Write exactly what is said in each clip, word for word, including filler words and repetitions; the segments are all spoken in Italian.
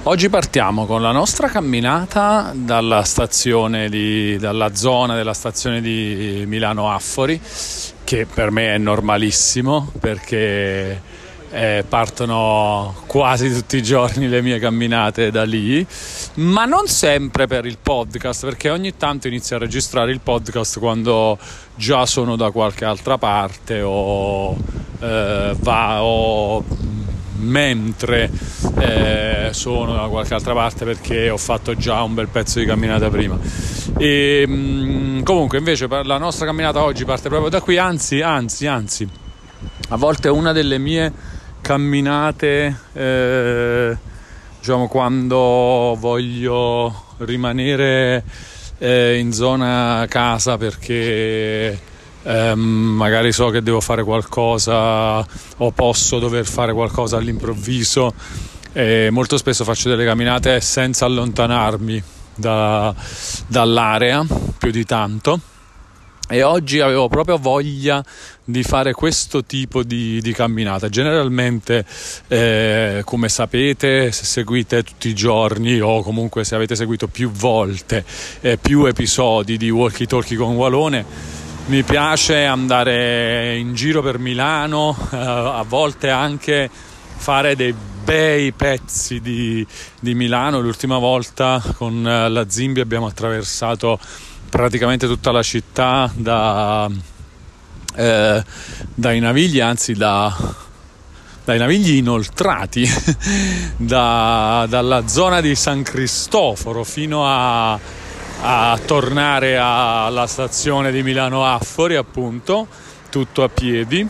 Oggi partiamo con la nostra camminata dalla stazione di, dalla zona della stazione di Milano Affori, che per me è normalissimo perché eh, partono quasi tutti i giorni le mie camminate da lì, ma non sempre per il podcast, perché ogni tanto inizio a registrare il podcast quando già sono da qualche altra parte o eh, va o mentre eh, sono da qualche altra parte, perché ho fatto già un bel pezzo di camminata prima. E mh, comunque invece per la nostra camminata oggi parte proprio da qui, anzi anzi anzi a volte una delle mie camminate eh, diciamo quando voglio rimanere eh, in zona casa, perché Eh, magari so che devo fare qualcosa o posso dover fare qualcosa all'improvviso, e molto spesso faccio delle camminate senza allontanarmi da, dall'area più di tanto, e oggi avevo proprio voglia di fare questo tipo di, di camminata. Generalmente eh, come sapete, se seguite tutti i giorni o comunque se avete seguito più volte eh, più episodi di Walkie Talkie con Walone, mi piace andare in giro per Milano, eh, a volte anche fare dei bei pezzi di, di Milano. L'ultima volta con la Zimbi abbiamo attraversato praticamente tutta la città da, eh, dai Navigli, anzi da, dai Navigli inoltrati, da, dalla zona di San Cristoforo fino a a tornare alla stazione di Milano Affori, appunto, tutto a piedi.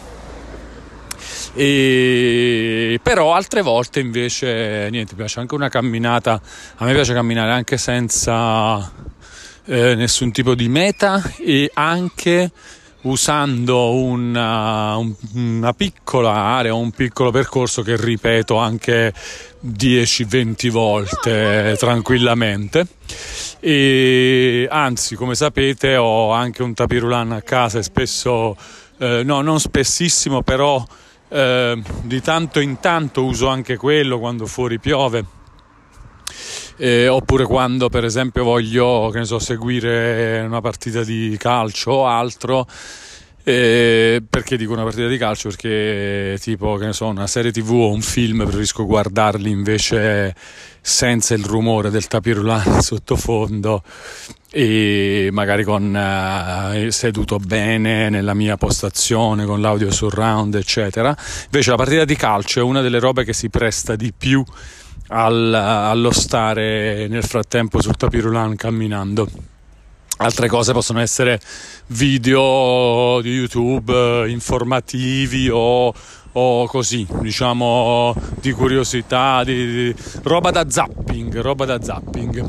E però altre volte invece niente, mi piace anche una camminata. A me piace camminare anche senza eh, nessun tipo di meta, e anche usando una, un, una piccola area, un piccolo percorso che ripeto anche dieci venti volte tranquillamente. E anzi, come sapete, ho anche un tapirulan a casa, e spesso eh, no, non spessissimo, però eh, di tanto in tanto uso anche quello quando fuori piove, eh, oppure quando per esempio voglio, che ne so, seguire una partita di calcio o altro. Eh, perché dico una partita di calcio? Perché tipo, che ne so, una serie tv o un film preferisco guardarli invece senza il rumore del tapirulan sottofondo, e magari con eh, seduto bene nella mia postazione con l'audio surround eccetera. Invece la partita di calcio è una delle robe che si presta di più al, allo stare nel frattempo sul tapirulan camminando. Altre cose possono essere video di YouTube informativi o, o così, diciamo, di curiosità, di, di roba da zapping, roba da zapping.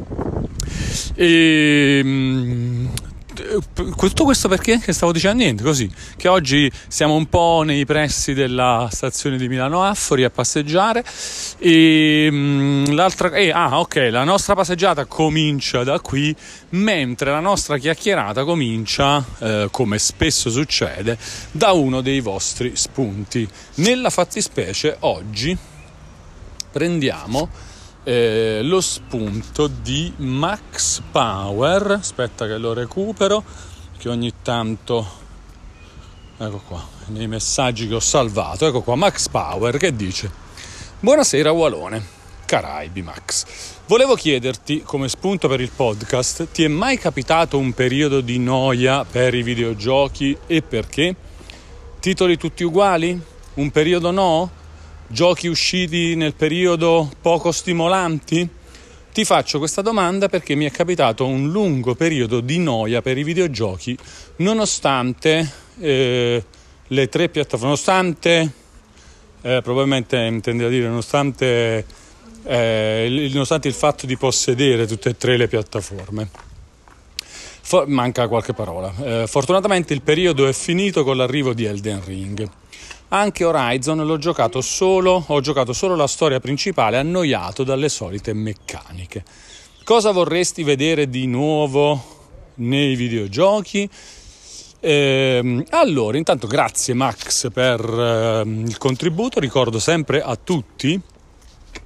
E tutto questo perché? Che stavo dicendo? Niente, così, che oggi siamo un po' nei pressi della stazione di Milano Affori a passeggiare, e l'altra eh, ah ok la nostra passeggiata comincia da qui, mentre la nostra chiacchierata comincia eh, come spesso succede da uno dei vostri spunti. Nella fattispecie oggi prendiamo Eh, lo spunto di Max Power. Aspetta che lo recupero, che ogni tanto, ecco qua, nei messaggi che ho salvato, ecco qua, Max Power che dice: buonasera Walone, Caraibi Max, volevo chiederti come spunto per il podcast, ti è mai capitato un periodo di noia per i videogiochi, e perché? Titoli tutti uguali? Un periodo no? Giochi usciti nel periodo poco stimolanti? Ti faccio questa domanda perché mi è capitato un lungo periodo di noia per i videogiochi, nonostante eh, le tre piattaforme, nonostante eh, probabilmente intendeva dire nonostante, eh, il, nonostante il fatto di possedere tutte e tre le piattaforme. For- manca qualche parola. Eh, fortunatamente il periodo è finito con l'arrivo di Elden Ring. Anche Horizon l'ho giocato solo, ho giocato solo la storia principale, annoiato dalle solite meccaniche. Cosa vorresti vedere di nuovo nei videogiochi? Eh, allora, intanto grazie Max per eh, il contributo. Ricordo sempre a tutti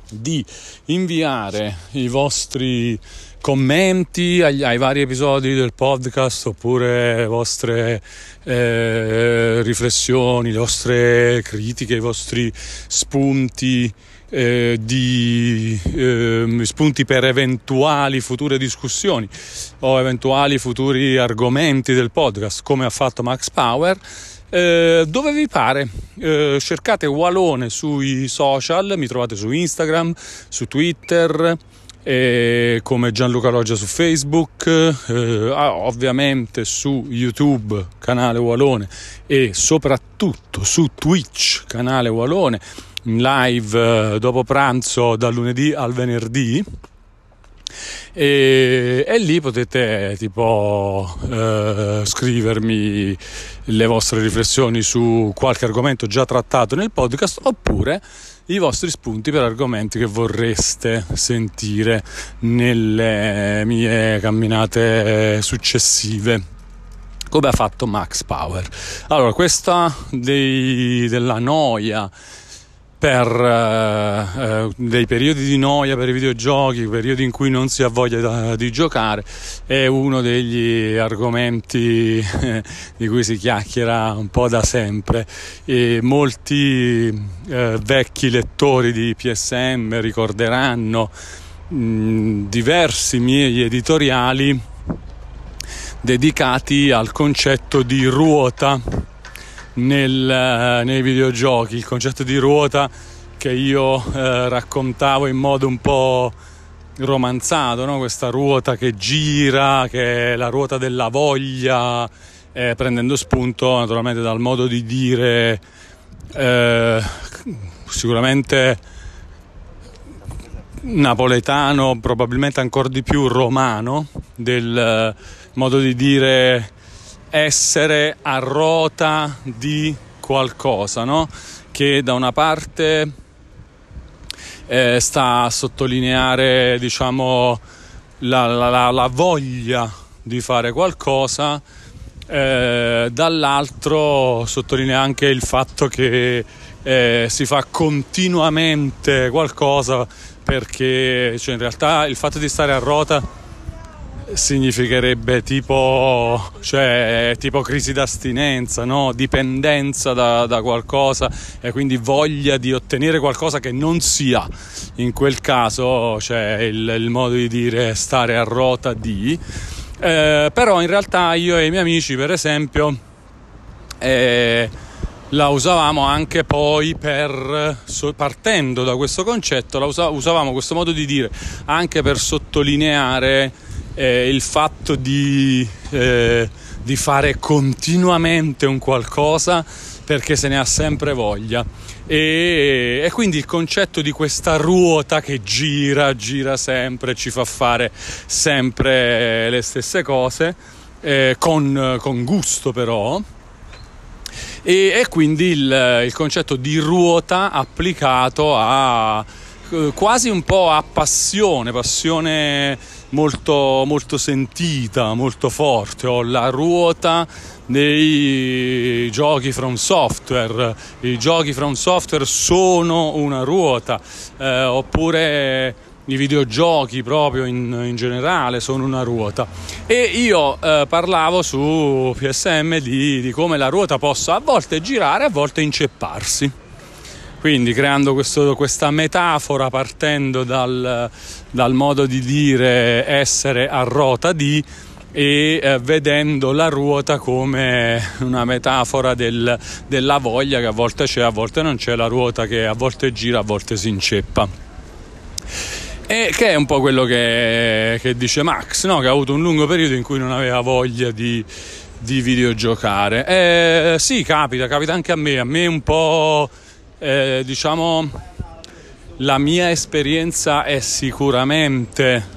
di inviare i vostri commenti agli, ai vari episodi del podcast, oppure le vostre eh, riflessioni, le vostre critiche, i vostri spunti eh, di eh, spunti per eventuali future discussioni o eventuali futuri argomenti del podcast, come ha fatto Max Power. Eh, dove vi pare, eh, cercate Walone sui social, mi trovate su Instagram, su Twitter, eh, come Gianluca Loggia su Facebook, eh, ovviamente su YouTube, canale Walone, e soprattutto su Twitch, canale Walone, in live eh, dopo pranzo dal lunedì al venerdì. E, e lì potete tipo eh, scrivermi le vostre riflessioni su qualche argomento già trattato nel podcast, oppure i vostri spunti per argomenti che vorreste sentire nelle mie camminate successive, come ha fatto Max Power. Allora, questa dei, della noia per uh, uh, dei periodi di noia per i videogiochi, periodi in cui non si ha voglia da, di giocare, è uno degli argomenti eh, di cui si chiacchiera un po' da sempre, e molti uh, vecchi lettori di P S M ricorderanno mh, diversi miei editoriali dedicati al concetto di ruota Nel, nei videogiochi, il concetto di ruota che io eh, raccontavo in modo un po' romanzato, no? Questa ruota che gira, che è la ruota della voglia, eh, prendendo spunto naturalmente dal modo di dire eh, sicuramente napoletano, probabilmente ancora di più romano, del eh, modo di dire essere a rota di qualcosa, no? Che da una parte eh, sta a sottolineare, diciamo, la, la, la voglia di fare qualcosa, eh, dall'altro sottolinea anche il fatto che eh, si fa continuamente qualcosa, perché cioè, in realtà il fatto di stare a rota significherebbe tipo, cioè, tipo crisi d'astinenza, no? Dipendenza da, da qualcosa, e quindi voglia di ottenere qualcosa che non si ha. In quel caso, cioè, il, il modo di dire stare a rota di eh, però in realtà io e i miei amici, per esempio, eh, la usavamo anche poi per, partendo da questo concetto, la usa, usavamo questo modo di dire anche per sottolineare Eh, il fatto di, eh, di fare continuamente un qualcosa perché se ne ha sempre voglia, e, e quindi il concetto di questa ruota che gira, gira sempre, ci fa fare sempre le stesse cose, eh, con, con gusto però, e, e quindi il, il concetto di ruota applicato a quasi un po' a passione, passione molto, molto sentita, molto forte. Ho la ruota dei giochi From Software, i giochi From Software sono una ruota, eh, oppure i videogiochi proprio in, in generale sono una ruota. E io eh, parlavo su P S M di, di come la ruota possa a volte girare, a volte incepparsi. Quindi creando questo, questa metafora partendo dal, dal modo di dire essere a rota di, e eh, vedendo la ruota come una metafora del, della voglia, che a volte c'è, a volte non c'è, la ruota che a volte gira, a volte si inceppa. E che è un po' quello che, che dice Max, no? Che ha avuto un lungo periodo in cui non aveva voglia di, di videogiocare. E sì, capita, capita anche a me, a me un po'... Eh, diciamo la mia esperienza è sicuramente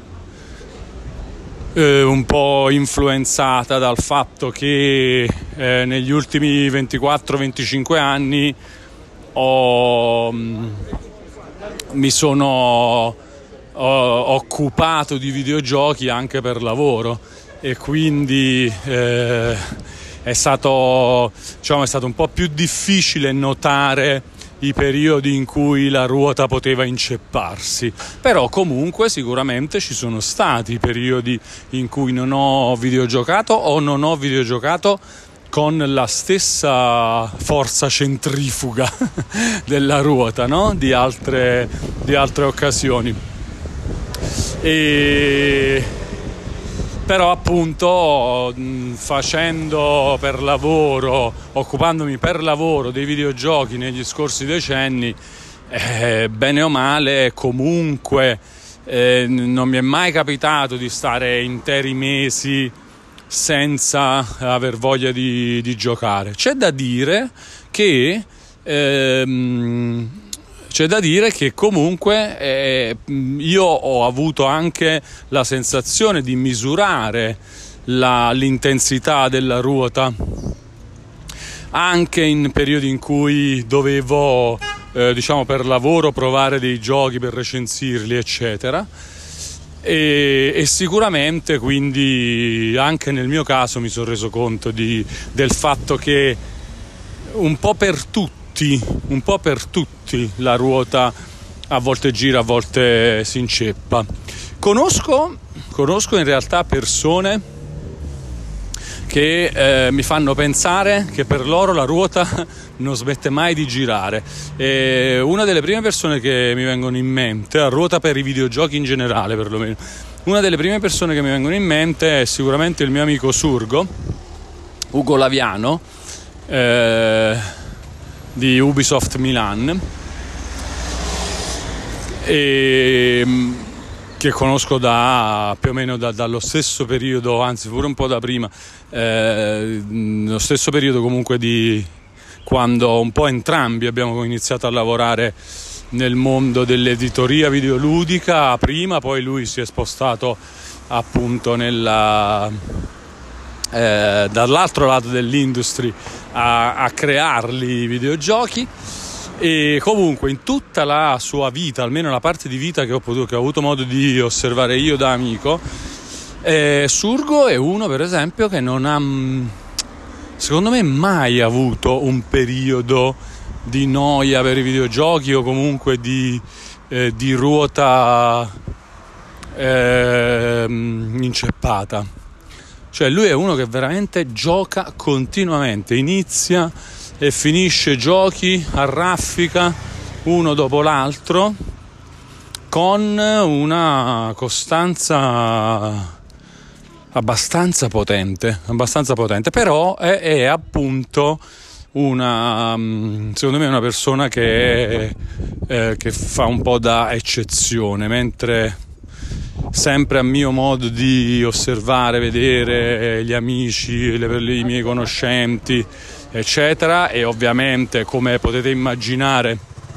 eh, un po' influenzata dal fatto che eh, negli ultimi ventiquattro venticinque anni ho, mi sono ho, occupato di videogiochi anche per lavoro, e quindi eh, è stato, diciamo, è stato un po' più difficile notare i periodi in cui la ruota poteva incepparsi, però comunque sicuramente ci sono stati periodi in cui non ho videogiocato o non ho videogiocato con la stessa forza centrifuga della ruota, no? Di altre, di altre occasioni. E però appunto facendo per lavoro, occupandomi per lavoro dei videogiochi negli scorsi decenni, eh, bene o male comunque eh, non mi è mai capitato di stare interi mesi senza aver voglia di, di giocare. C'è da dire che ehm, c'è da dire che comunque eh, io ho avuto anche la sensazione di misurare la, l'intensità della ruota anche in periodi in cui dovevo eh, diciamo per lavoro provare dei giochi per recensirli eccetera. E, e sicuramente quindi anche nel mio caso mi sono reso conto di, del fatto che un po' per tutti, un po' per tutti la ruota a volte gira, a volte si inceppa. Conosco, conosco in realtà persone che eh, mi fanno pensare che per loro la ruota non smette mai di girare. E una delle prime persone che mi vengono in mente, la ruota per i videogiochi in generale perlomeno, una delle prime persone che mi vengono in mente è sicuramente il mio amico Surgo, Ugo Laviano, eh, di Ubisoft Milan, e che conosco da più o meno da, dallo stesso periodo, anzi pure un po' da prima, eh, lo stesso periodo comunque di quando un po' entrambi abbiamo iniziato a lavorare nel mondo dell'editoria videoludica prima, poi lui si è spostato appunto nella, eh, dall'altro lato dell'industry a, a crearli i videogiochi. E comunque in tutta la sua vita, almeno la parte di vita che ho potuto, che ho avuto modo di osservare io da amico, eh, Surgo è uno per esempio che non ha, secondo me, mai avuto un periodo di noia per i videogiochi o comunque di, eh, di ruota eh, inceppata. Cioè lui è uno che veramente gioca continuamente, inizia e finisce giochi a raffica uno dopo l'altro con una costanza abbastanza potente, abbastanza potente, però è, è appunto una, secondo me, una persona che, eh, che fa un po' da eccezione, mentre sempre a mio modo di osservare, vedere gli amici, le, i miei conoscenti eccetera, e ovviamente come potete immaginare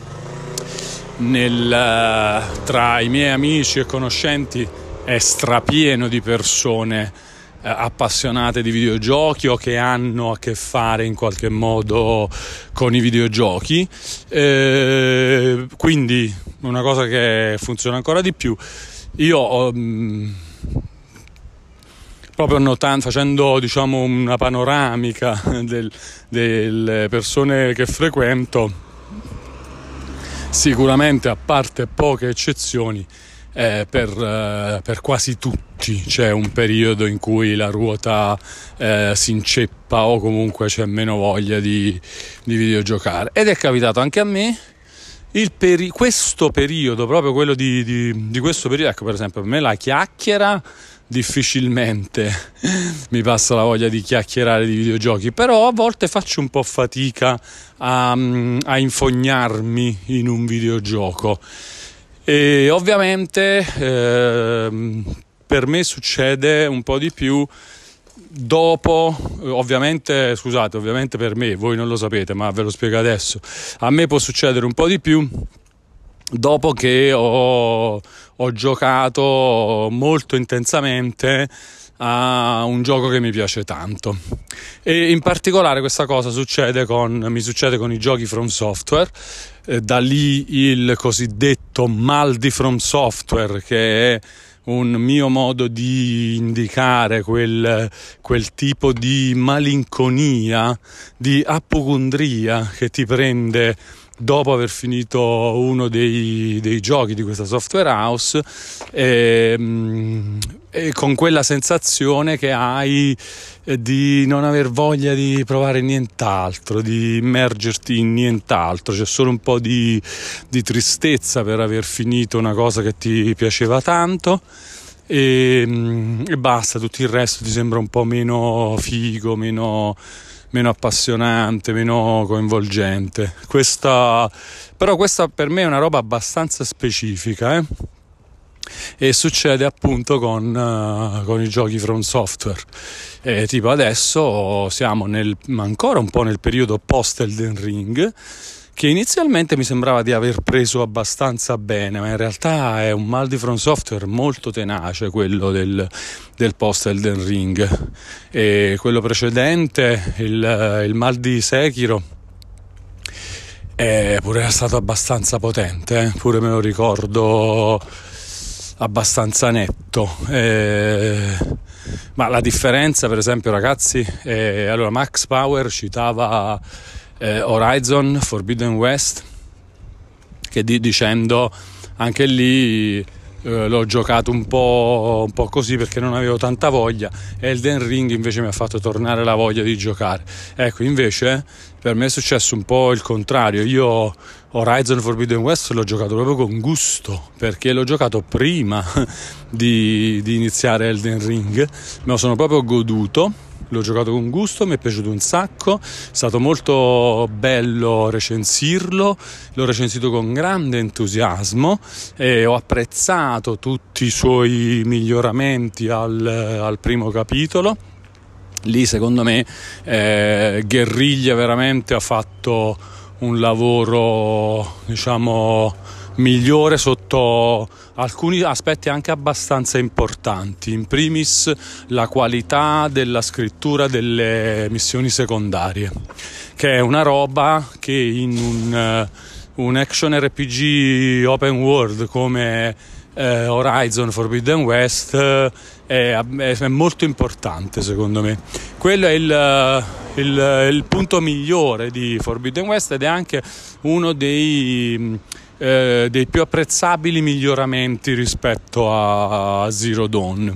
nel, tra i miei amici e conoscenti è strapieno di persone eh, appassionate di videogiochi o che hanno a che fare in qualche modo con i videogiochi, eh, quindi una cosa che funziona ancora di più. Io ho mh, proprio notando, facendo diciamo una panoramica del, delle persone che frequento, sicuramente a parte poche eccezioni, eh, per, eh, per quasi tutti c'è un periodo in cui la ruota eh, si inceppa o comunque c'è meno voglia di, di videogiocare, ed è capitato anche a me. Il peri- questo periodo, proprio quello di, di, di questo periodo, ecco, per esempio per me la chiacchiera difficilmente mi passa la voglia di chiacchierare di videogiochi, però a volte faccio un po' fatica a, a infognarmi in un videogioco, e ovviamente eh, per me succede un po' di più dopo, ovviamente, scusate, ovviamente per me, voi non lo sapete ma ve lo spiego adesso, a me può succedere un po' di più dopo che ho, ho giocato molto intensamente a un gioco che mi piace tanto, e in particolare questa cosa succede con, mi succede con i giochi From Software, eh, da lì il cosiddetto mal di From Software, che è un mio modo di indicare quel, quel tipo di malinconia, di apocondria che ti prende dopo aver finito uno dei, dei giochi di questa software house, e, e con quella sensazione che hai di non aver voglia di provare nient'altro, di immergerti in nient'altro, c'è solo un po' di, di tristezza per aver finito una cosa che ti piaceva tanto. E, e basta, tutto il resto ti sembra un po' meno figo, meno, meno appassionante, meno coinvolgente. Questa, però questa per me è una roba abbastanza specifica, eh? E succede appunto con, uh, con i giochi From Software. E tipo adesso siamo nel, ancora un po' nel periodo post Elden Ring, che inizialmente mi sembrava di aver preso abbastanza bene, ma in realtà è un mal di From Software molto tenace, quello del, del post Elden Ring. E quello precedente, il, il mal di Sekiro, è pure era stato abbastanza potente, eh? Pure me lo ricordo abbastanza netto. Eh, ma la differenza, per esempio, ragazzi, è, allora Max Power citava Eh, Horizon Forbidden West, che di, dicendo anche lì eh, l'ho giocato un po', un po' così perché non avevo tanta voglia. Elden Ring invece mi ha fatto tornare la voglia di giocare. Ecco, invece per me è successo un po' il contrario. Io Horizon Forbidden West l'ho giocato proprio con gusto, perché l'ho giocato prima di, di iniziare Elden Ring, me lo sono proprio goduto. L'ho giocato con gusto, mi è piaciuto un sacco, è stato molto bello recensirlo, l'ho recensito con grande entusiasmo e ho apprezzato tutti i suoi miglioramenti al, al primo capitolo. Lì secondo me eh, Guerriglia veramente ha fatto un lavoro, diciamo, migliore sotto alcuni aspetti anche abbastanza importanti. In primis la qualità della scrittura delle missioni secondarie, che è una roba che in un, uh, un action R P G open world come eh, Horizon Forbidden West uh, è, è molto importante, secondo me. Quello è il, il, il punto migliore di Forbidden West ed è anche uno dei Eh, dei più apprezzabili miglioramenti rispetto a, a Zero Dawn.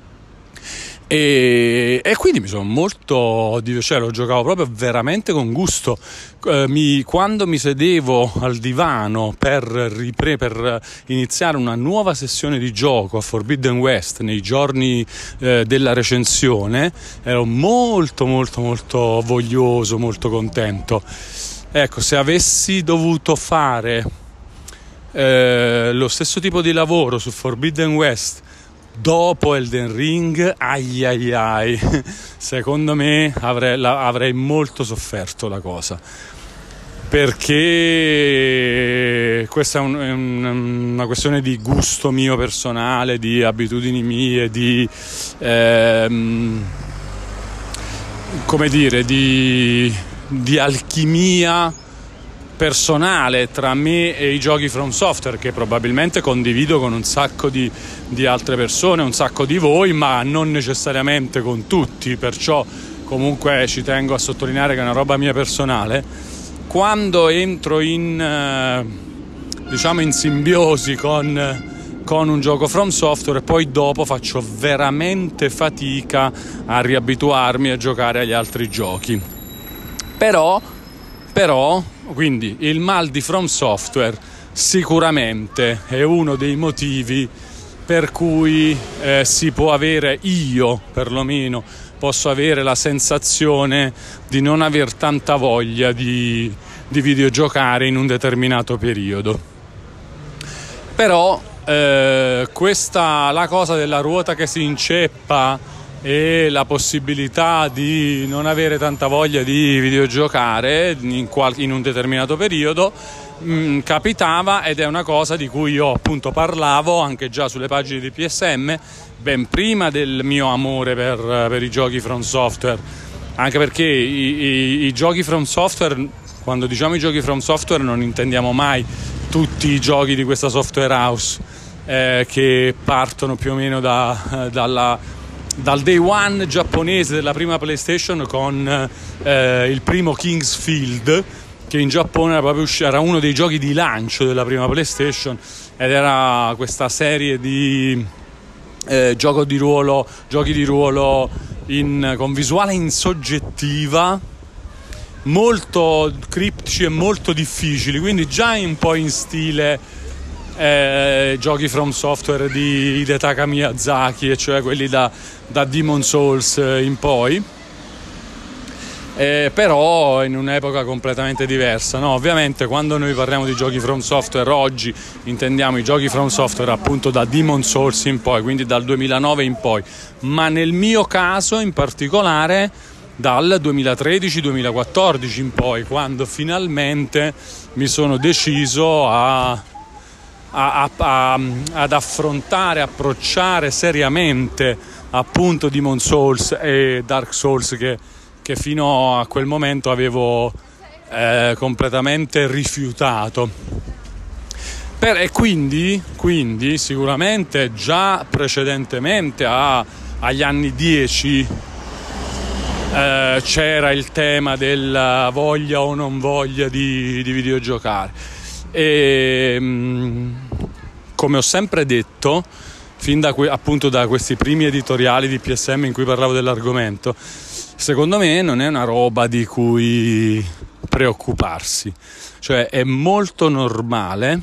E, e quindi mi sono molto cioè lo giocavo proprio veramente con gusto. Eh, mi, quando mi sedevo al divano per, ripre, per iniziare una nuova sessione di gioco a Forbidden West nei giorni eh, della recensione, ero molto molto molto voglioso, molto contento. Ecco, se avessi dovuto fare Eh, lo stesso tipo di lavoro su Forbidden West dopo Elden Ring, ai ai ai, secondo me avrei, la, avrei molto sofferto la cosa, perché questa è, un, è un, una questione di gusto mio personale, di abitudini mie, di ehm, come dire, di, di alchimia personale tra me e i giochi From Software, che probabilmente condivido con un sacco di, di altre persone, un sacco di voi, ma non necessariamente con tutti, perciò comunque ci tengo a sottolineare che è una roba mia personale. Quando entro in eh, diciamo in simbiosi con, con un gioco From Software, poi dopo faccio veramente fatica a riabituarmi a giocare agli altri giochi. Però però quindi il mal di From Software sicuramente è uno dei motivi per cui eh, si può avere, io perlomeno posso avere la sensazione di non aver tanta voglia di, di videogiocare in un determinato periodo. Però eh, questa, la cosa della ruota che si inceppa e la possibilità di non avere tanta voglia di videogiocare in, qual- in un determinato periodo mh, capitava, ed è una cosa di cui io appunto parlavo anche già sulle pagine di P S M ben prima del mio amore per, per i giochi From Software, anche perché i, i, i giochi From Software, quando diciamo i giochi From Software non intendiamo mai tutti i giochi di questa software house eh, che partono più o meno da, dalla dal day one giapponese della prima PlayStation con eh, il primo King's Field, che in Giappone era proprio uscito, era uno dei giochi di lancio della prima PlayStation, ed era questa serie di eh, gioco di ruolo, giochi di ruolo in, con visuale in soggettiva, molto criptici e molto difficili, quindi già un po' in stile eh, giochi From Software di Hidetaka Miyazaki, e cioè quelli da, da Demon Souls in poi. Eh, però in un'epoca completamente diversa, no? Ovviamente quando noi parliamo di giochi From Software oggi intendiamo i giochi From Software appunto da Demon Souls in poi, quindi dal duemilanove in poi, ma nel mio caso in particolare dal duemilatredici duemilaquattordici in poi, quando finalmente mi sono deciso a, a, a, a, ad affrontare, approcciare seriamente appunto Demon Souls e Dark Souls che che fino a quel momento avevo eh, completamente rifiutato. Per, e quindi, quindi sicuramente già precedentemente a, agli anni dieci eh, c'era il tema della voglia o non voglia di, di videogiocare. E mh, come ho sempre detto, fin da que- appunto da questi primi editoriali di P S M in cui parlavo dell'argomento, secondo me non è una roba di cui preoccuparsi, cioè è molto normale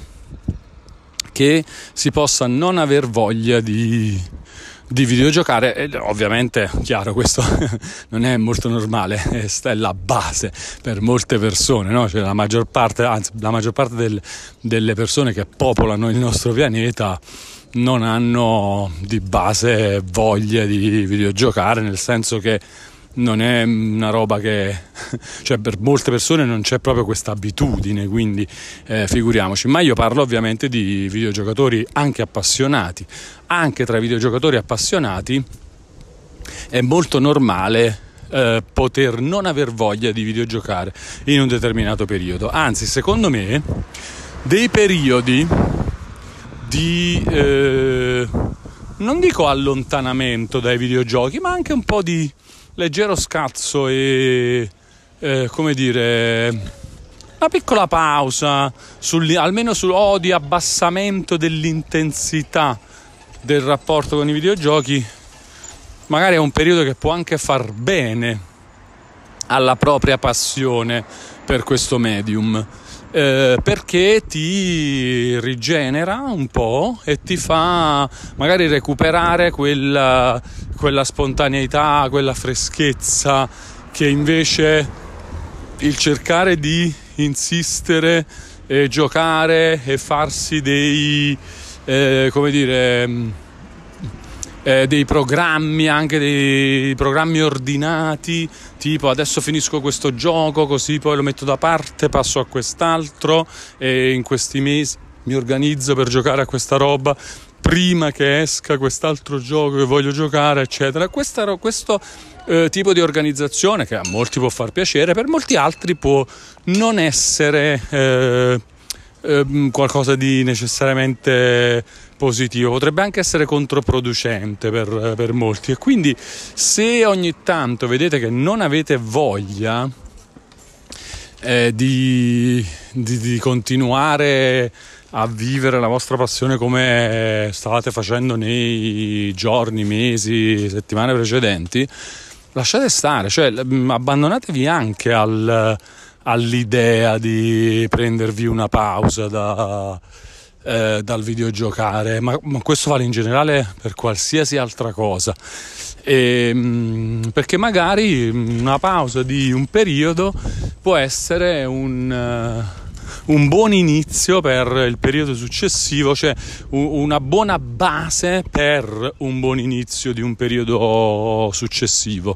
che si possa non aver voglia di, di videogiocare, e ovviamente chiaro questo non è molto normale, è la base per molte persone, no? Cioè la maggior parte, anzi la maggior parte del, delle persone che popolano il nostro pianeta non hanno di base voglia di videogiocare, nel senso che non è una roba che, cioè per molte persone non c'è proprio questa abitudine, quindi eh, figuriamoci. Ma io parlo ovviamente di videogiocatori anche appassionati. Anche tra i videogiocatori appassionati è molto normale eh, poter non aver voglia di videogiocare in un determinato periodo. Anzi, secondo me, dei periodi di eh, non dico allontanamento dai videogiochi, ma anche un po' di leggero scazzo e eh, come dire una piccola pausa sul, almeno su, o di abbassamento dell'intensità del rapporto con i videogiochi, magari è un periodo che può anche far bene alla propria passione per questo medium, eh, perché ti rigenera un po' e ti fa magari recuperare quella, quella spontaneità, quella freschezza che invece il cercare di insistere e giocare e farsi dei eh, come dire eh, dei programmi, anche dei programmi ordinati, tipo adesso finisco questo gioco, così poi lo metto da parte, passo a quest'altro e in questi mesi mi organizzo per giocare a questa roba prima che esca quest'altro gioco che voglio giocare, eccetera. Questa, questo eh, tipo di organizzazione, che a molti può far piacere, per molti altri può non essere eh, eh, qualcosa di necessariamente positivo, potrebbe anche essere controproducente per, per molti. E quindi se ogni tanto vedete che non avete voglia eh, di, di, di continuare a vivere la vostra passione come stavate facendo nei giorni, mesi, settimane precedenti, lasciate stare, cioè abbandonatevi anche al, all'idea di prendervi una pausa da, eh, dal videogiocare, ma, ma questo vale in generale per qualsiasi altra cosa, e, perché magari una pausa di un periodo può essere un... un buon inizio per il periodo successivo, cioè una buona base per un buon inizio di un periodo successivo.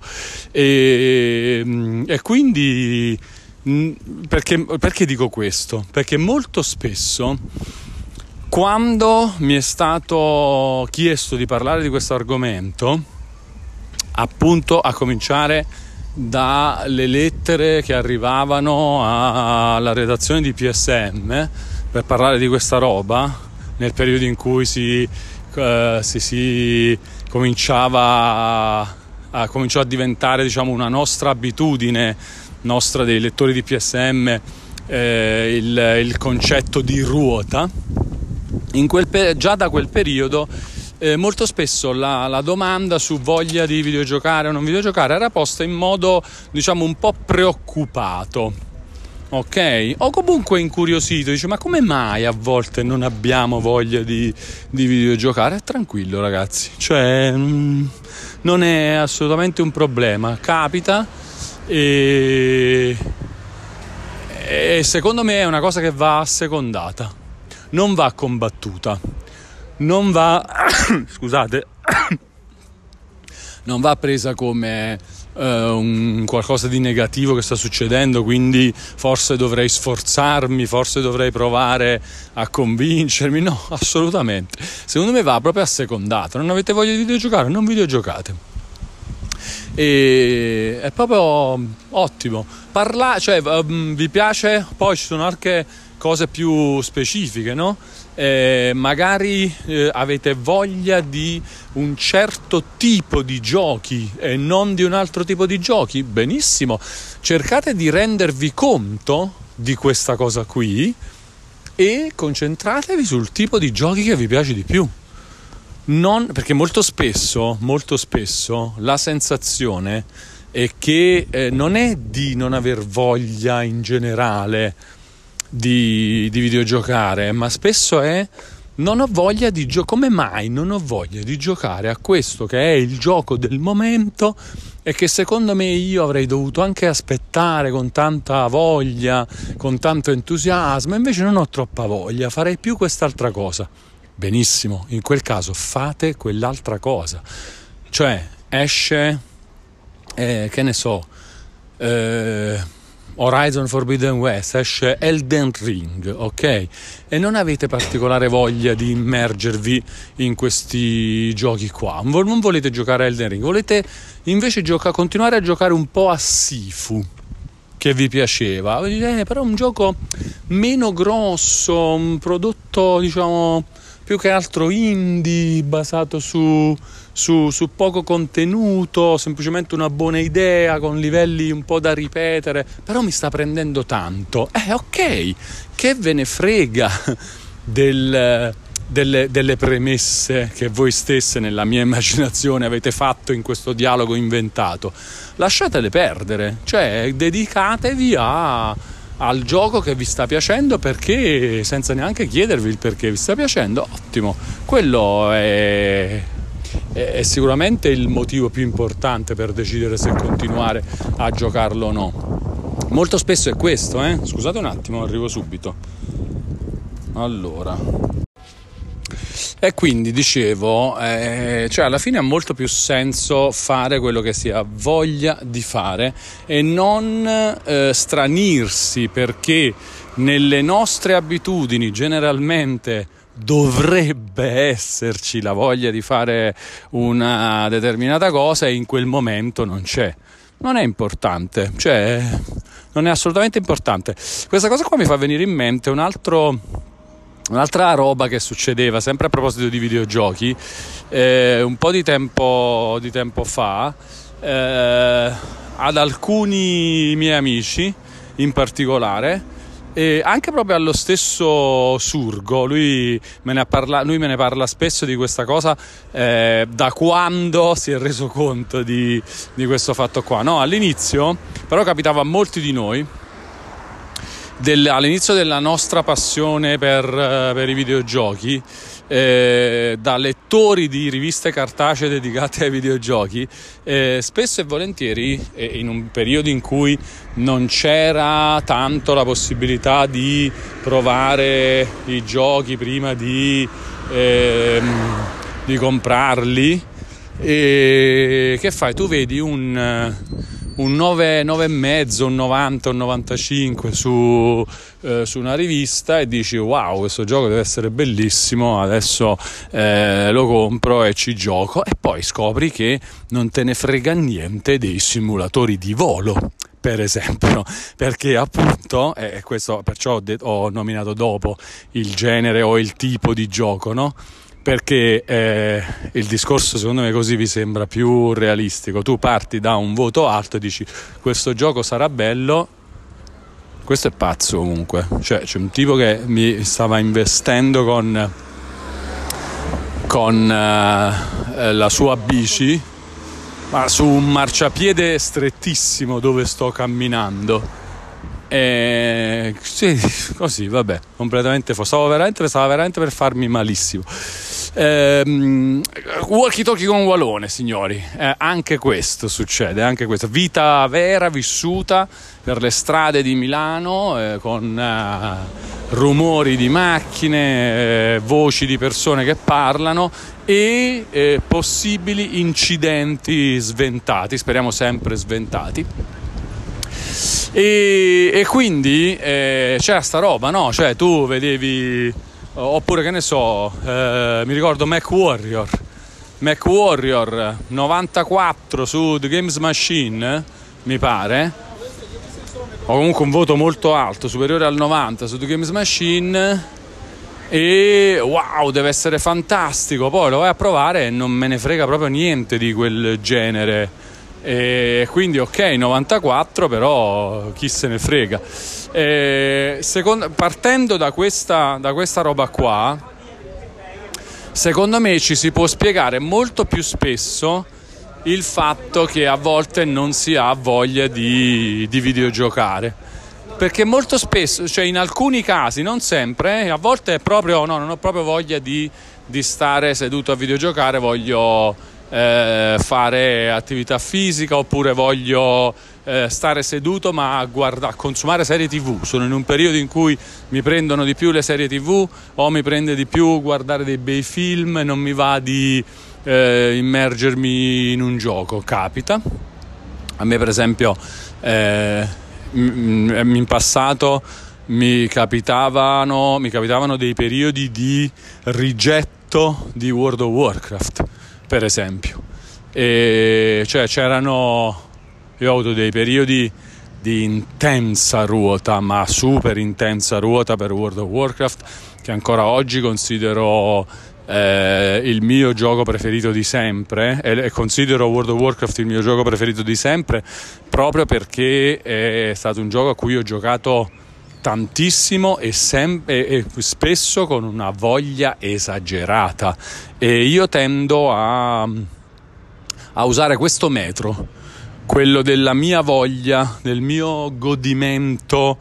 E, e quindi perché, perché dico questo? Perché molto spesso quando mi è stato chiesto di parlare di questo argomento, appunto a cominciare dalle lettere che arrivavano alla redazione di P S M per parlare di questa roba, nel periodo in cui si, uh, si, si cominciava a, a, cominciò a diventare, diciamo, una nostra abitudine, nostra dei lettori di P S M, eh, il, il concetto di ruota, in quel per- già da quel periodo eh, molto spesso la, la domanda su voglia di videogiocare o non videogiocare era posta in modo, diciamo, un po' preoccupato, ok? O comunque incuriosito, dice: ma come mai a volte non abbiamo voglia di, di videogiocare? Tranquillo, ragazzi, cioè mh, non è assolutamente un problema, capita, e, e secondo me è una cosa che va assecondata, non va combattuta, non va scusate non va presa come uh, un qualcosa di negativo che sta succedendo, quindi forse dovrei sforzarmi, forse dovrei provare a convincermi. No, assolutamente, secondo me va proprio assecondata. Non avete voglia di videogiocare? Non videogiocate, e è proprio ottimo. Parla, cioè um, vi piace? Poi ci sono anche cose più specifiche, no? Eh, magari eh, avete voglia di un certo tipo di giochi e non di un altro tipo di giochi. Benissimo, cercate di rendervi conto di questa cosa qui e concentratevi sul tipo di giochi che vi piace di più. Non, perché molto spesso, molto spesso la sensazione è che eh, non è di non aver voglia in generale di, di videogiocare, ma spesso è: non ho voglia di giocare. Come mai non ho voglia di giocare a questo che è il gioco del momento e che secondo me io avrei dovuto anche aspettare con tanta voglia, con tanto entusiasmo, invece non ho troppa voglia, farei più quest'altra cosa. Benissimo, in quel caso fate quell'altra cosa. Cioè esce eh, che ne so eh, Horizon Forbidden West, esce Elden Ring, ok? E non avete particolare voglia di immergervi in questi giochi qua, non volete giocare a Elden Ring, volete invece gioca- continuare a giocare un po' a Sifu, che vi piaceva. Eh, però un gioco meno grosso, un prodotto, diciamo, più che altro indie, basato su, su, su poco contenuto, semplicemente una buona idea con livelli un po' da ripetere, però mi sta prendendo tanto. Eh ok, che ve ne frega del, delle, delle premesse che voi stesse nella mia immaginazione avete fatto in questo dialogo inventato. Lasciatele perdere, cioè dedicatevi a al gioco che vi sta piacendo, perché senza neanche chiedervi il perché vi sta piacendo. Ottimo, quello è, è sicuramente il motivo più importante per decidere se continuare a giocarlo o no. Molto spesso è questo, eh? Scusate un attimo, arrivo subito. Allora, e quindi dicevo, eh, cioè alla fine ha molto più senso fare quello che si ha voglia di fare e non eh, stranirsi, perché nelle nostre abitudini generalmente dovrebbe esserci la voglia di fare una determinata cosa e in quel momento non c'è. Non è importante, cioè non è assolutamente importante. Questa cosa qua mi fa venire in mente un altro Un'altra roba che succedeva sempre a proposito di videogiochi, eh, un po' di tempo, di tempo fa, eh, ad alcuni miei amici in particolare, e anche proprio allo stesso Surgo. Lui me ne, ha parla- lui me ne parla spesso di questa cosa, eh, da quando si è reso conto di, di questo fatto qua. No, all'inizio però capitava a molti di noi. Del, all'inizio della nostra passione per, per i videogiochi, eh, da lettori di riviste cartacee dedicate ai videogiochi, eh, spesso e volentieri, eh, in un periodo in cui non c'era tanto la possibilità di provare i giochi prima di, eh, di comprarli, e che fai? Tu vedi un un nove, nove e mezzo, un novanta, un novantacinque su, eh, su una rivista e dici: wow, questo gioco deve essere bellissimo, adesso eh, lo compro e ci gioco, e poi scopri che non te ne frega niente dei simulatori di volo, per esempio, perché appunto, e eh, questo perciò ho, de- ho nominato dopo il genere o il tipo di gioco, no? Perché eh, il discorso secondo me così vi sembra più realistico. Tu parti da un voto alto e dici: questo gioco sarà bello, questo è pazzo comunque, cioè c'è un tipo che mi stava investendo con con uh, la sua bici, ma su un marciapiede strettissimo dove sto camminando. E sì, così, vabbè, completamente stavo veramente, stava veramente per farmi malissimo. Ehm, walkie talkie con Walone, signori, eh, anche questo succede, anche questo, vita vera vissuta per le strade di Milano, eh, con eh, rumori di macchine, eh, voci di persone che parlano e eh, possibili incidenti sventati, speriamo sempre sventati. E, e quindi eh, c'era sta roba, no? Cioè tu vedevi, oppure che ne so, eh, mi ricordo MechWarrior MechWarrior novantaquattro su The Games Machine, mi pare, o comunque un voto molto alto, superiore al novanta su The Games Machine, e wow, deve essere fantastico. Poi lo vai a provare e non me ne frega proprio niente di quel genere. E quindi ok, novantaquattro, però chi se ne frega. E secondo, partendo da questa, da questa roba qua, secondo me ci si può spiegare molto più spesso il fatto che a volte non si ha voglia di, di videogiocare, perché molto spesso, cioè in alcuni casi, non sempre, eh, a volte è proprio no, non ho proprio voglia di, di stare seduto a videogiocare, voglio Eh, fare attività fisica, oppure voglio eh, stare seduto ma a, guarda, a consumare serie tv. Sono in un periodo in cui mi prendono di più le serie tv, o mi prende di più guardare dei bei film, non mi va di eh, immergermi in un gioco. Capita a me, per esempio, eh, in passato mi capitavano mi capitavano dei periodi di rigetto di World of Warcraft, per esempio, e cioè c'erano io ho avuto dei periodi di intensa ruota, ma super intensa ruota per World of Warcraft, che ancora oggi considero eh, il mio gioco preferito di sempre, e, e considero World of Warcraft il mio gioco preferito di sempre proprio perché è stato un gioco a cui ho giocato tantissimo e, sem- e, e spesso con una voglia esagerata, e io tendo a, a usare questo metro, quello della mia voglia, del mio godimento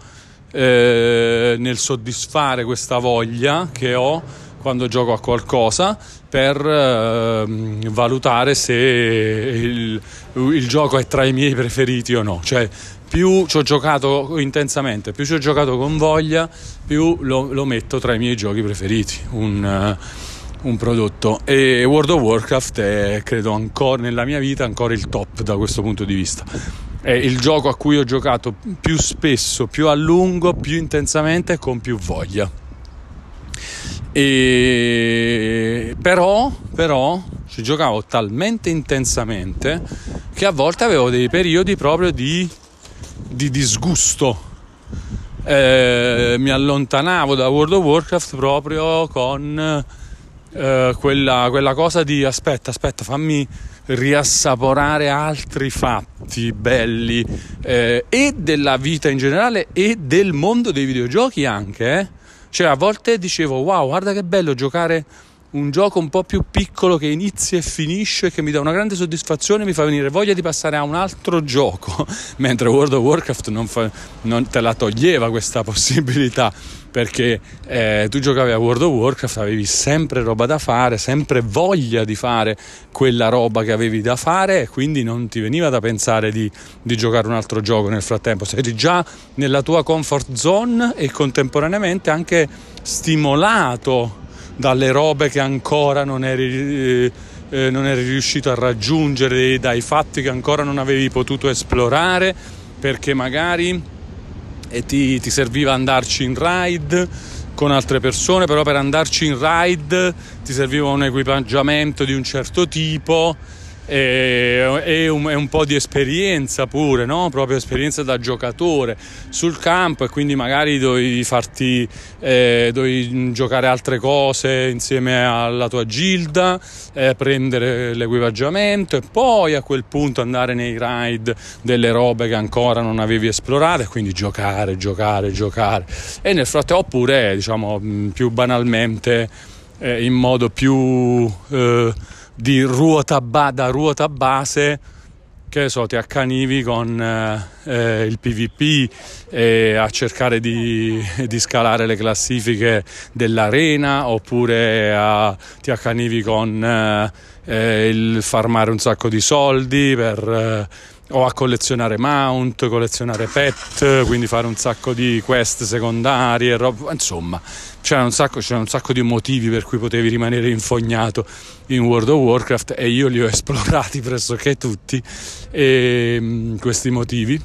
eh, nel soddisfare questa voglia che ho quando gioco a qualcosa, per eh, valutare se il, il gioco è tra i miei preferiti o no. Cioè, più ci ho giocato intensamente, più ci ho giocato con voglia, più lo, lo metto tra i miei giochi preferiti, un, uh, un prodotto. E World of Warcraft è, credo, ancora nella mia vita ancora il top da questo punto di vista. È il gioco a cui ho giocato più spesso, più a lungo, più intensamente e con più voglia. E però, però ci giocavo talmente intensamente che a volte avevo dei periodi proprio di di disgusto, eh, mi allontanavo da World of Warcraft proprio con eh, quella, quella cosa di aspetta, aspetta, fammi riassaporare altri fatti belli, eh, e della vita in generale e del mondo dei videogiochi anche, eh. Cioè a volte dicevo wow, guarda che bello giocare un gioco un po' più piccolo che inizia e finisce, che mi dà una grande soddisfazione, mi fa venire voglia di passare a un altro gioco, mentre World of Warcraft non, fa, non te la toglieva questa possibilità, perché eh, tu giocavi a World of Warcraft, avevi sempre roba da fare, sempre voglia di fare quella roba che avevi da fare, e quindi non ti veniva da pensare di, di giocare un altro gioco nel frattempo. Sei già nella tua comfort zone e contemporaneamente anche stimolato dalle robe che ancora non eri, eh, non eri riuscito a raggiungere, dai fatti che ancora non avevi potuto esplorare, perché magari e ti, ti serviva andarci in raid con altre persone, però per andarci in raid ti serviva un equipaggiamento di un certo tipo, e, e, un, e un po' di esperienza pure, no? Proprio esperienza da giocatore sul campo, e quindi magari dovevi farti eh, dovevi giocare altre cose insieme alla tua gilda, eh, prendere l'equipaggiamento e poi a quel punto andare nei raid delle robe che ancora non avevi esplorato, e quindi giocare, giocare, giocare e nel frattempo, oppure diciamo più banalmente eh, in modo più eh, di ruota ba- da ruota base, che so, ti accanivi con eh, il PvP eh, a cercare di, di scalare le classifiche dell'arena, oppure a, ti accanivi con eh, eh, il farmare un sacco di soldi per eh, o a collezionare mount, collezionare pet, quindi fare un sacco di quest secondarie, rob- insomma c'era un sacco, c'era un sacco di motivi per cui potevi rimanere infognato in World of Warcraft, e io li ho esplorati pressoché tutti e, questi motivi.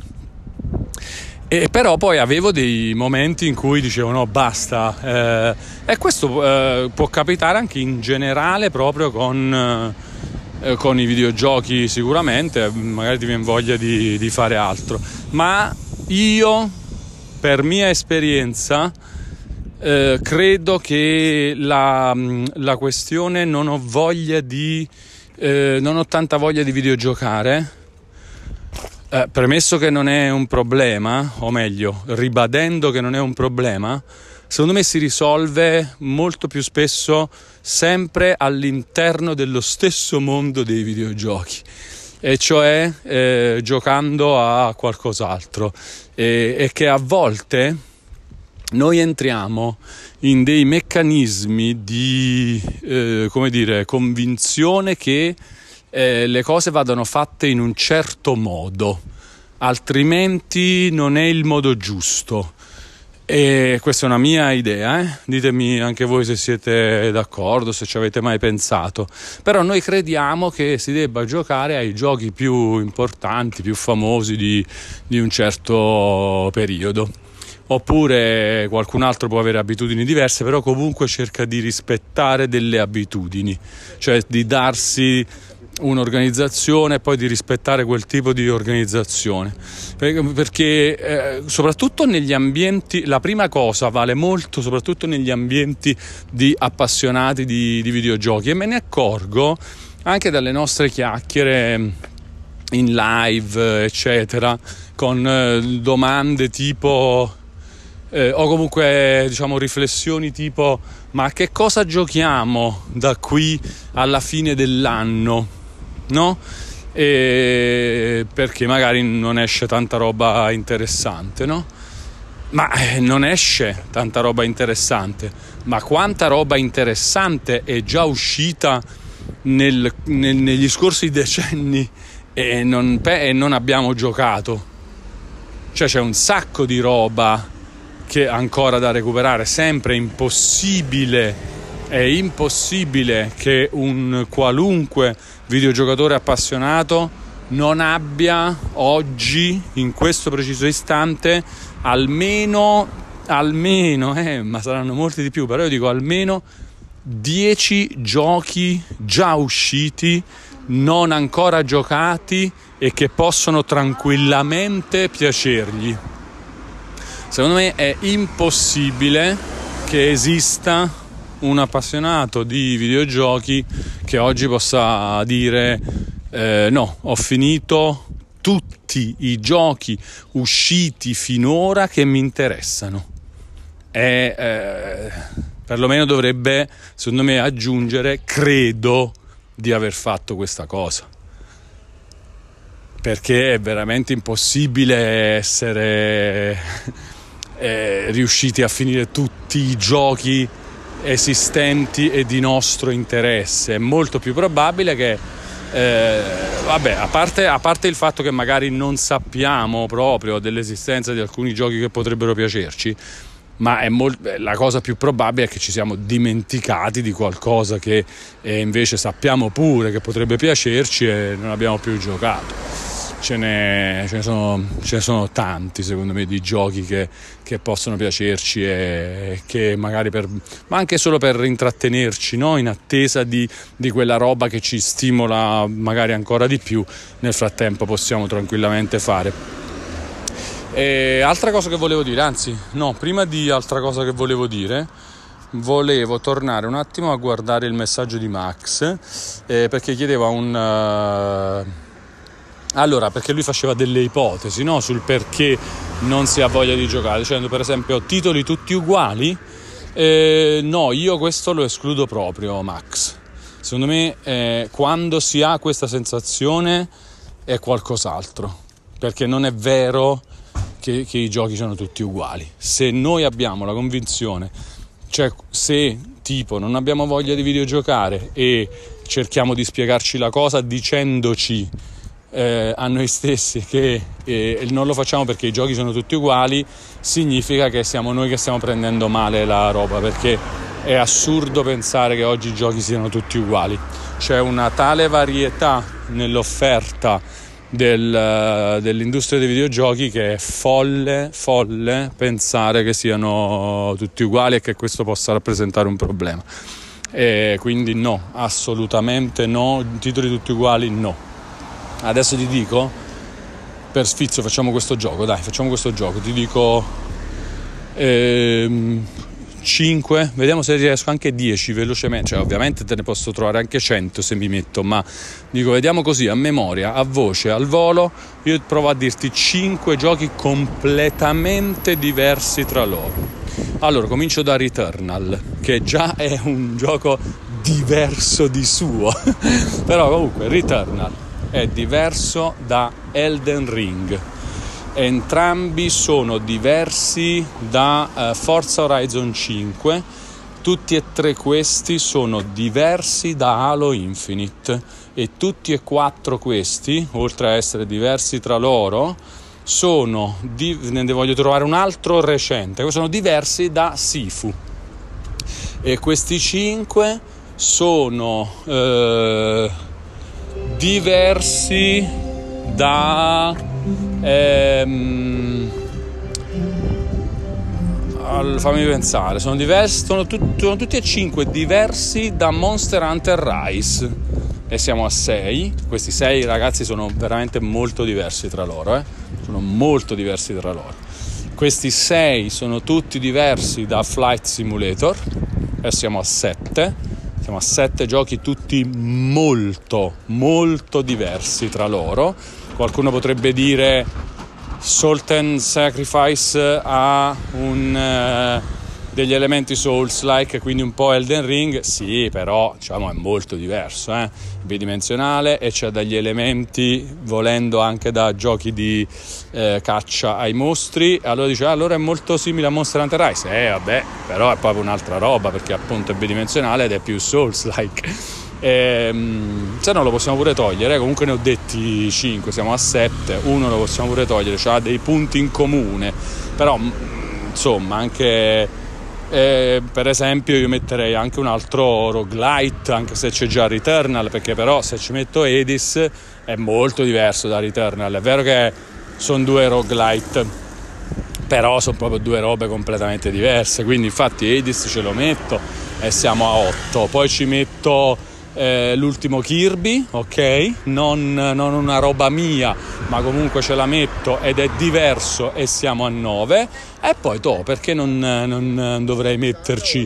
E però poi avevo dei momenti in cui dicevo no, basta, eh, e questo eh, può capitare anche in generale proprio con eh, con i videogiochi, sicuramente magari ti viene voglia di, di fare altro, ma io, per mia esperienza, eh, credo che la, la questione non ho voglia di eh, non ho tanta voglia di videogiocare. Eh, premesso che non è un problema, o meglio, ribadendo che non è un problema, secondo me si risolve molto più spesso sempre all'interno dello stesso mondo dei videogiochi, e cioè eh, giocando a qualcos'altro, e, e che a volte noi entriamo in dei meccanismi di eh, come dire, convinzione che Eh, le cose vadano fatte in un certo modo, altrimenti non è il modo giusto. E questa è una mia idea, eh? Ditemi anche voi se siete d'accordo, se ci avete mai pensato. Però noi crediamo che si debba giocare ai giochi più importanti, più famosi di, di un certo periodo. Oppure qualcun altro può avere abitudini diverse, però comunque cerca di rispettare delle abitudini, cioè di darsi un'organizzazione e poi di rispettare quel tipo di organizzazione, perché eh, soprattutto negli ambienti, la prima cosa vale molto soprattutto negli ambienti di appassionati di, di videogiochi, e me ne accorgo anche dalle nostre chiacchiere in live eccetera, con eh, domande tipo eh, o comunque diciamo riflessioni tipo: ma che cosa giochiamo da qui alla fine dell'anno? No? E perché magari non esce tanta roba interessante, no? Ma non esce tanta roba interessante, ma quanta roba interessante è già uscita nel, nel, negli scorsi decenni e non, e non abbiamo giocato. Cioè c'è un sacco di roba che ancora da recuperare, sempre impossibile. È impossibile che un qualunque videogiocatore appassionato non abbia oggi, in questo preciso istante, almeno, almeno, eh, ma saranno molti di più, però io dico almeno dieci giochi già usciti, non ancora giocati e che possono tranquillamente piacergli. Secondo me è impossibile che esista un appassionato di videogiochi che oggi possa dire eh, no, ho finito tutti i giochi usciti finora che mi interessano. E eh, perlomeno dovrebbe, secondo me, aggiungere: credo di aver fatto questa cosa, perché è veramente impossibile essere eh, riusciti a finire tutti i giochi esistenti e di nostro interesse. È molto più probabile che eh, vabbè, a parte, a parte il fatto che magari non sappiamo proprio dell'esistenza di alcuni giochi che potrebbero piacerci, ma è molt- la cosa più probabile è che ci siamo dimenticati di qualcosa che eh, invece sappiamo pure che potrebbe piacerci e non abbiamo più giocato. ce ne, ce ne, sono, ce ne sono tanti secondo me di giochi che, che possono piacerci e che magari per, ma anche solo per intrattenerci, no? In attesa di, di quella roba che ci stimola magari ancora di più, nel frattempo possiamo tranquillamente fare. E altra cosa che volevo dire, anzi no, prima di altra cosa che volevo dire, volevo tornare un attimo a guardare il messaggio di Max, eh, perché chiedeva un... Uh, allora, perché lui faceva delle ipotesi, no? Sul perché non si ha voglia di giocare, dicendo per esempio titoli tutti uguali. Eh, no, io questo lo escludo proprio, Max. Secondo me eh, quando si ha questa sensazione è qualcos'altro, perché non è vero che, che i giochi sono tutti uguali. Se noi abbiamo la convinzione, cioè se tipo non abbiamo voglia di videogiocare e cerchiamo di spiegarci la cosa dicendoci eh, a noi stessi che eh, non lo facciamo perché i giochi sono tutti uguali, significa che siamo noi che stiamo prendendo male la roba, perché è assurdo pensare che oggi i giochi siano tutti uguali. C'è una tale varietà nell'offerta del, dell'industria dei videogiochi che è folle, folle pensare che siano tutti uguali e che questo possa rappresentare un problema. E quindi no, assolutamente no, titoli tutti uguali no. Adesso ti dico, per sfizio facciamo questo gioco, dai, facciamo questo gioco, ti dico ehm, cinque, vediamo se riesco anche dieci velocemente, cioè ovviamente te ne posso trovare anche cento se mi metto, ma dico vediamo così a memoria, a voce, al volo, io provo a dirti cinque giochi completamente diversi tra loro. Allora comincio da Returnal, che già è un gioco diverso di suo però comunque Returnal è diverso da Elden Ring, entrambi sono diversi da uh, Forza Horizon cinque, tutti e tre questi sono diversi da Halo Infinite e tutti e quattro questi, oltre a essere diversi tra loro, sono di... ne voglio trovare un altro recente, sono diversi da Sifu, e questi cinque sono eh, diversi da ehm, fammi pensare, sono diversi, sono, tut, sono tutti e cinque diversi da Monster Hunter Rise, e siamo a sei. Questi sei ragazzi sono veramente molto diversi tra loro, eh? sono molto diversi tra loro. Questi sei sono tutti diversi da Flight Simulator, e siamo a sette. Siamo a sette giochi tutti molto, molto diversi tra loro. Qualcuno potrebbe dire Salt and Sacrifice ha un, eh, degli elementi Souls-like, quindi un po' Elden Ring. Sì, però diciamo è molto diverso, eh? bidimensionale, e c'è degli elementi, volendo anche da giochi di eh, caccia ai mostri. Allora dice, ah, allora è molto simile a Monster Hunter Rise. Eh vabbè, però è proprio un'altra roba, perché appunto è bidimensionale ed è più Souls-like. Ehm, se no lo possiamo pure togliere, comunque ne ho detti cinque, siamo a sette, uno lo possiamo pure togliere, c'ha dei punti in comune, però insomma anche... Eh, per esempio io metterei anche un altro roguelite, anche se c'è già Returnal, perché però se ci metto Hades è molto diverso da Returnal. È vero che sono due roguelite, però sono proprio due robe completamente diverse, quindi infatti Hades ce lo metto e siamo a otto. Poi ci metto eh, l'ultimo Kirby, ok, non, non una roba mia, ma comunque ce la metto ed è diverso, e siamo a nove. E poi to, perché non, non dovrei metterci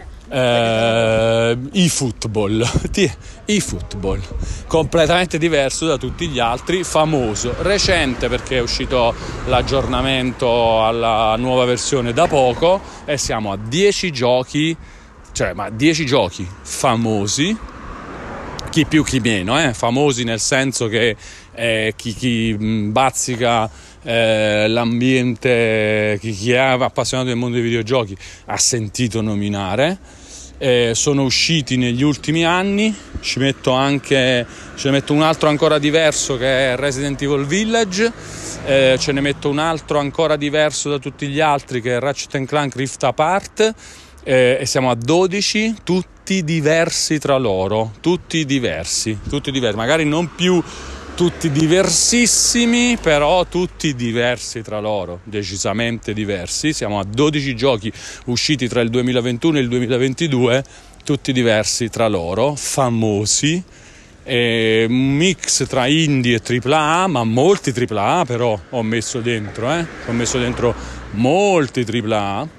eh, eFootball eFootball completamente diverso da tutti gli altri, famoso, recente perché è uscito l'aggiornamento alla nuova versione da poco, e siamo a dieci giochi, cioè ma dieci giochi famosi, chi più chi meno, eh? famosi nel senso che eh, chi, chi bazzica eh, l'ambiente, chi, chi è appassionato del mondo dei videogiochi ha sentito nominare, eh, sono usciti negli ultimi anni. Ci metto anche, ce ne metto un altro ancora diverso che è Resident Evil Village, eh, ce ne metto un altro ancora diverso da tutti gli altri che è Ratchet and Clank Rift Apart, eh, e siamo a dodici, tutti diversi tra loro, tutti diversi, tutti diversi, magari non più tutti diversissimi, però tutti diversi tra loro, decisamente diversi. Siamo a dodici giochi usciti tra il duemilaventuno e il duemilaventidue, tutti diversi tra loro, famosi, e un mix tra indie e tripla A, ma molti tripla A però ho messo dentro, eh? ho messo dentro molti tripla A,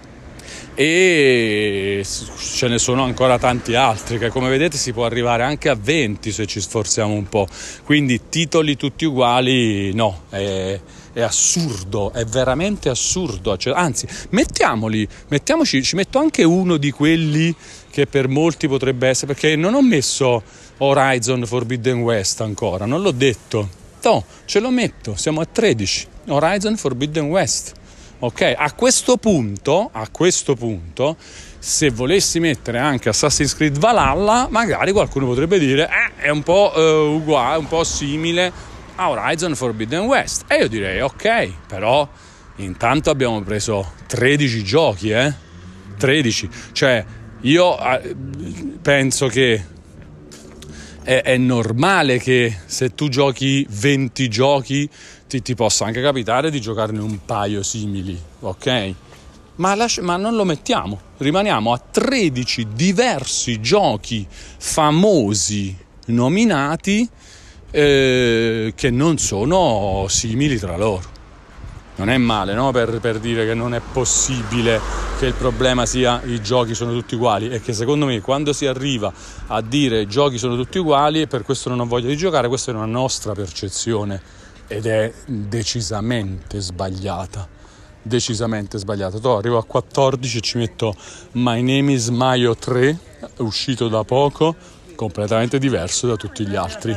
e ce ne sono ancora tanti altri, che come vedete si può arrivare anche a venti se ci sforziamo un po'. Quindi titoli tutti uguali no, è, è assurdo, è veramente assurdo. Cioè, anzi, mettiamoli, mettiamoci, ci metto anche uno di quelli che per molti potrebbe essere, perché non ho messo Horizon Forbidden West ancora, non l'ho detto, no, ce lo metto, siamo a tredici, Horizon Forbidden West. Ok, a questo punto, a questo punto, se volessi mettere anche Assassin's Creed Valhalla, magari qualcuno potrebbe dire eh, è un po' uh, uguale, un po' simile a Horizon Forbidden West. E io direi ok, però intanto abbiamo preso tredici giochi, eh? tredici. Cioè, io eh, penso che è, è normale che se tu giochi venti giochi ti, ti possa anche capitare di giocarne un paio simili, ok? Ma, lasci- ma non lo mettiamo, rimaniamo a tredici diversi giochi famosi nominati eh, che non sono simili tra loro. Non è male, no? Per, per dire che non è possibile che il problema sia i giochi sono tutti uguali, e che secondo me quando si arriva a dire i giochi sono tutti uguali e per questo non ho voglia di giocare, questa è una nostra percezione ed è decisamente sbagliata, decisamente sbagliata. Dopo arrivo a quattordici e ci metto My Name is Mayo tre, uscito da poco, completamente diverso da tutti gli altri.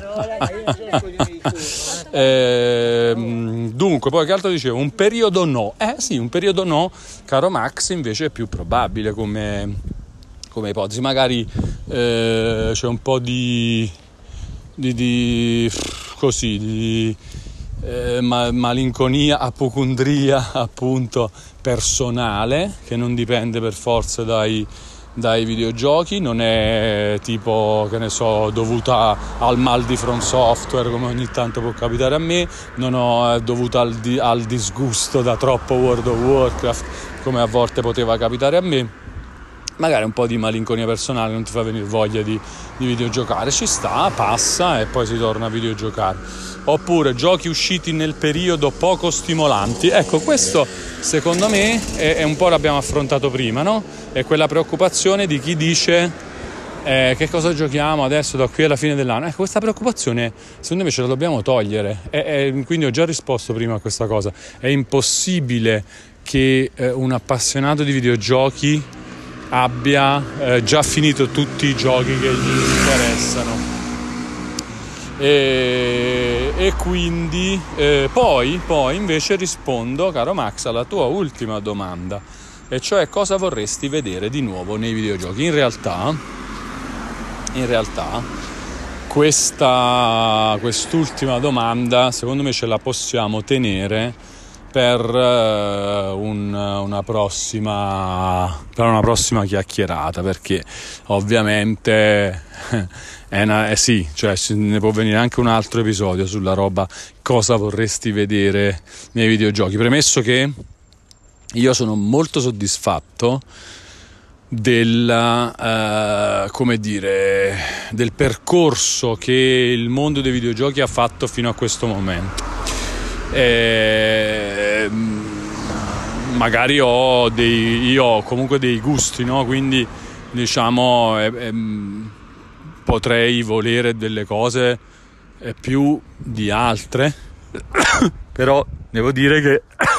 eh, dunque, poi che altro dicevo? Un periodo no. Eh sì, un periodo no, caro Max, invece è più probabile come, come ipotesi. Magari eh, c'è un po' di, di, di così, di eh, ma, malinconia, apocondria appunto personale, che non dipende per forza dai dai videogiochi, non è tipo, che ne so, dovuta al mal di From Software come ogni tanto può capitare a me, non ho, è dovuta al, di, al disgusto da troppo World of Warcraft come a volte poteva capitare a me. Magari un po' di malinconia personale non ti fa venire voglia di, di videogiocare, ci sta, passa e poi si torna a videogiocare. Oppure giochi usciti nel periodo poco stimolanti. Ecco, questo secondo me è, è un po', l'abbiamo affrontato prima, no? È quella preoccupazione di chi dice eh, che cosa giochiamo adesso da qui alla fine dell'anno. Ecco, questa preoccupazione secondo me ce la dobbiamo togliere, e, e, quindi ho già risposto prima a questa cosa. È impossibile che eh, un appassionato di videogiochi abbia eh, già finito tutti i giochi che gli interessano. E, e quindi eh, poi, poi invece rispondo, caro Max, alla tua ultima domanda, e cioè cosa vorresti vedere di nuovo nei videogiochi. In realtà in realtà questa quest'ultima domanda secondo me ce la possiamo tenere per uh, un, una prossima per una prossima chiacchierata, perché ovviamente è una, eh sì, cioè ne può venire anche un altro episodio sulla roba cosa vorresti vedere nei videogiochi, premesso che io sono molto soddisfatto del, uh, come dire, del percorso che il mondo dei videogiochi ha fatto fino a questo momento. E, magari ho dei, io ho comunque dei gusti, no? Quindi diciamo eh, eh, potrei volere delle cose eh, più di altre, però devo dire che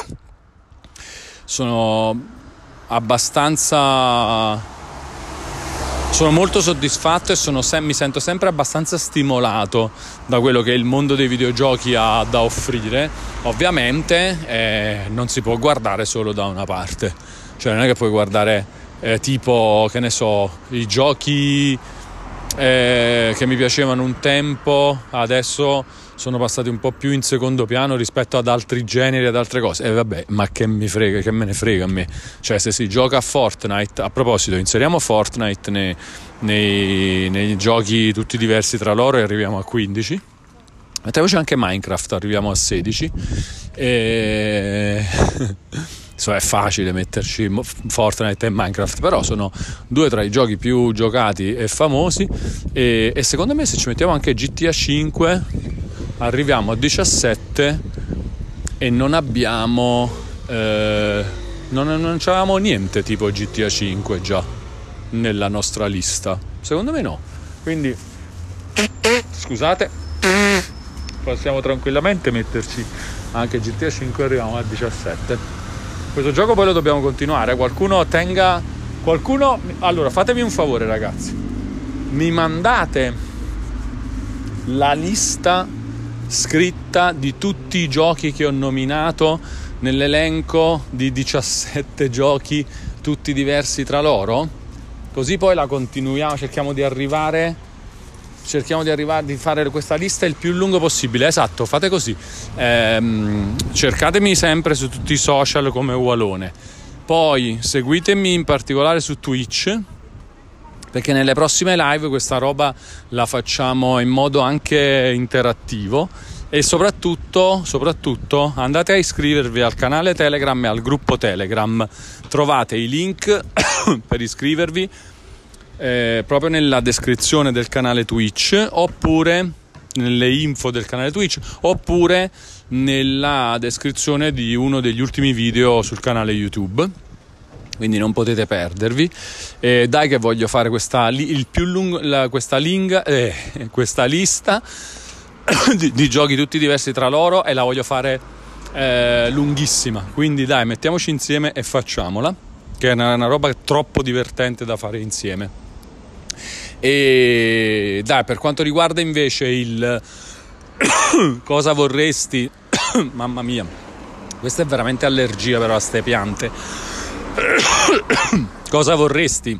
sono abbastanza sono molto soddisfatto e sono sem- mi sento sempre abbastanza stimolato da quello che il mondo dei videogiochi ha da offrire. Ovviamente eh, non si può guardare solo da una parte, cioè non è che puoi guardare eh, tipo, che ne so, i giochi eh, che mi piacevano un tempo adesso sono passati un po' più in secondo piano rispetto ad altri generi, ad altre cose. E eh, vabbè, ma che mi frega, che me ne frega a me. Cioè, se si gioca a Fortnite, a proposito, inseriamo Fortnite nei, nei, nei giochi tutti diversi tra loro e arriviamo a quindici. Mettiamoci anche Minecraft, arriviamo a sedici. E... so, è facile metterci Fortnite e Minecraft, però sono due tra i giochi più giocati e famosi, e, e secondo me se ci mettiamo anche G T A cinque arriviamo a diciassette e non abbiamo eh, non, non avevamo niente tipo G T A cinque già nella nostra lista, secondo me no, quindi scusate, possiamo tranquillamente metterci anche G T A cinque e arriviamo a diciassette. Questo gioco poi lo dobbiamo continuare. Qualcuno tenga qualcuno allora fatemi un favore, ragazzi, mi mandate la lista scritta di tutti i giochi che ho nominato nell'elenco di diciassette giochi, tutti diversi tra loro, così poi la continuiamo, cerchiamo di arrivare cerchiamo di arrivare di fare questa lista il più lungo possibile. Esatto, fate così, ehm, cercatemi sempre su tutti i social come Ualone, poi seguitemi in particolare su Twitch, perché nelle prossime live questa roba la facciamo in modo anche interattivo, e soprattutto soprattutto andate a iscrivervi al canale Telegram e al gruppo Telegram, trovate i link per iscrivervi Eh, proprio nella descrizione del canale Twitch, oppure nelle info del canale Twitch, oppure nella descrizione di uno degli ultimi video sul canale YouTube, quindi non potete perdervi. Eh, dai che voglio fare questa li- il più lungo la, questa linga eh, questa lista di, di giochi tutti diversi tra loro, e la voglio fare eh, lunghissima, quindi dai, mettiamoci insieme e facciamola, che è una, una roba troppo divertente da fare insieme. E dai, per quanto riguarda invece il cosa vorresti mamma mia, questa è veramente allergia però a ste piante. Cosa vorresti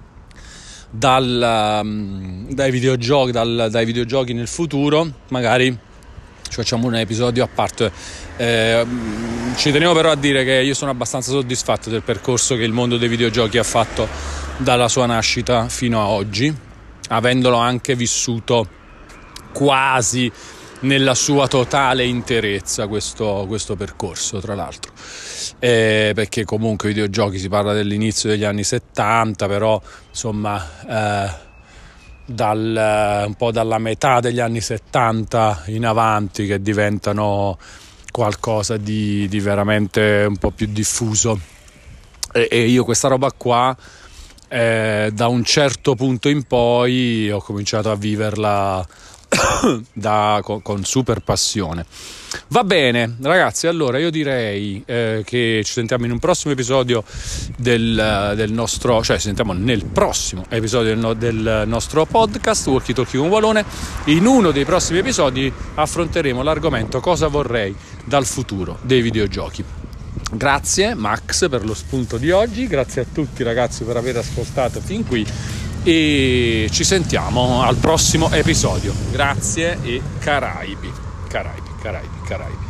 dal, dai videogiochi dal, dai videogiochi nel futuro, magari ci facciamo un episodio a parte. Eh, ci tenevo però a dire che io sono abbastanza soddisfatto del percorso che il mondo dei videogiochi ha fatto dalla sua nascita fino a oggi, avendolo anche vissuto quasi nella sua totale interezza questo, questo percorso, tra l'altro, eh, perché comunque i videogiochi, si parla dell'inizio degli anni settanta, però insomma eh, dal, un po' dalla metà degli anni settanta in avanti che diventano qualcosa di, di veramente un po' più diffuso, e, e io questa roba qua eh, da un certo punto in poi ho cominciato a viverla da, con, con super passione. Va bene ragazzi, allora io direi eh, che ci sentiamo in un prossimo episodio del, del nostro, cioè ci sentiamo nel prossimo episodio del, no, del nostro podcast Walkie Talkie con Ualone. In uno dei prossimi episodi affronteremo l'argomento cosa vorrei dal futuro dei videogiochi. Grazie Max per lo spunto di oggi, grazie a tutti ragazzi per aver ascoltato fin qui, e ci sentiamo al prossimo episodio. Grazie e Caraibi, Caraibi, Caraibi, Caraibi.